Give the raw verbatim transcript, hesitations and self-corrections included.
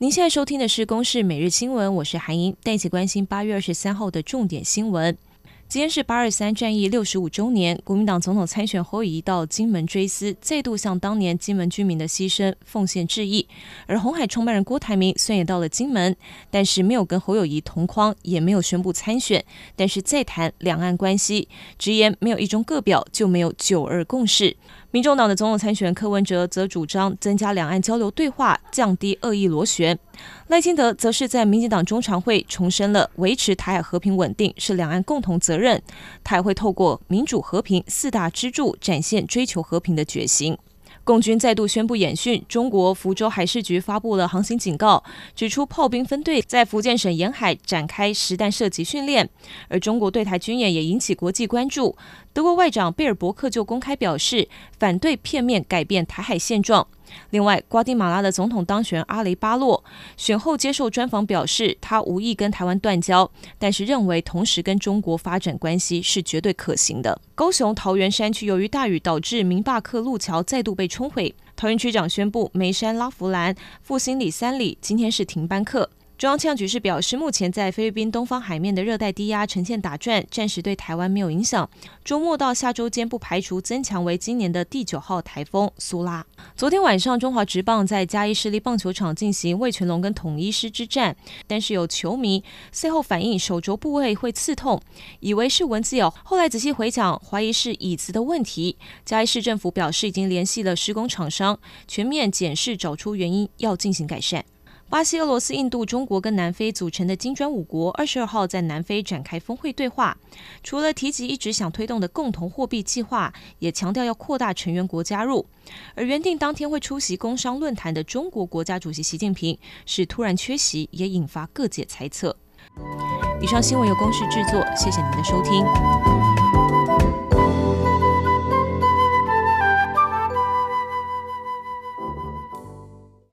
您现在收听的是公视每日新闻，我是韩莹，带一起关心八月二十三号的重点新闻。今天是八二三战役六十五周年，国民党总统参选侯友宜到金门追思，再度向当年金门居民的牺牲奉献致意。而鸿海创办人郭台铭虽然也到了金门，但是没有跟侯友宜同框，也没有宣布参选，但是再谈两岸关系，直言没有一中各表就没有九二共识。民众党的总统参选柯文哲则主张增加两岸交流对话，降低恶意螺旋。赖清德则是在民进党中常会重申了维持台海和平稳定是两岸共同责任，他也会透过民主和平四大支柱展现追求和平的决心。共军再度宣布演训，中国福州海事局发布了航行警告，指出炮兵分队在福建省沿海展开实弹射击训练，而中国对台军演也引起国际关注。德国外长贝尔伯克就公开表示，反对片面改变台海现状。另外，瓜地马拉的总统当选阿雷巴洛选后接受专访表示，他无意跟台湾断交，但是认为同时跟中国发展关系是绝对可行的。高雄桃园山区由于大雨导致明坝克路桥再度被冲毁，桃园区长宣布梅山、拉弗兰、复兴里三里今天是停班课。中央气象局是表示，目前在菲律宾东方海面的热带低压呈现打转，暂时对台湾没有影响。周末到下周间不排除增强为今年的第九号台风苏拉。昨天晚上，中华职棒在嘉义市立棒球场进行味全龙跟统一狮之战，但是有球迷赛后反映手肘部位会刺痛，以为是蚊子咬，后来仔细回想，怀疑是椅子的问题。嘉义市政府表示，已经联系了施工厂商，全面检视，找出原因，要进行改善。巴西、俄罗斯、印度、中国跟南非组成的金砖五国二十二号在南非展开峰会对话，除了提及一直想推动的共同货币计划，也强调要扩大成员国加入。而原定当天会出席工商论坛的中国国家主席习近平是突然缺席，也引发各界猜测。以上新闻由公视制作，谢谢您的收听。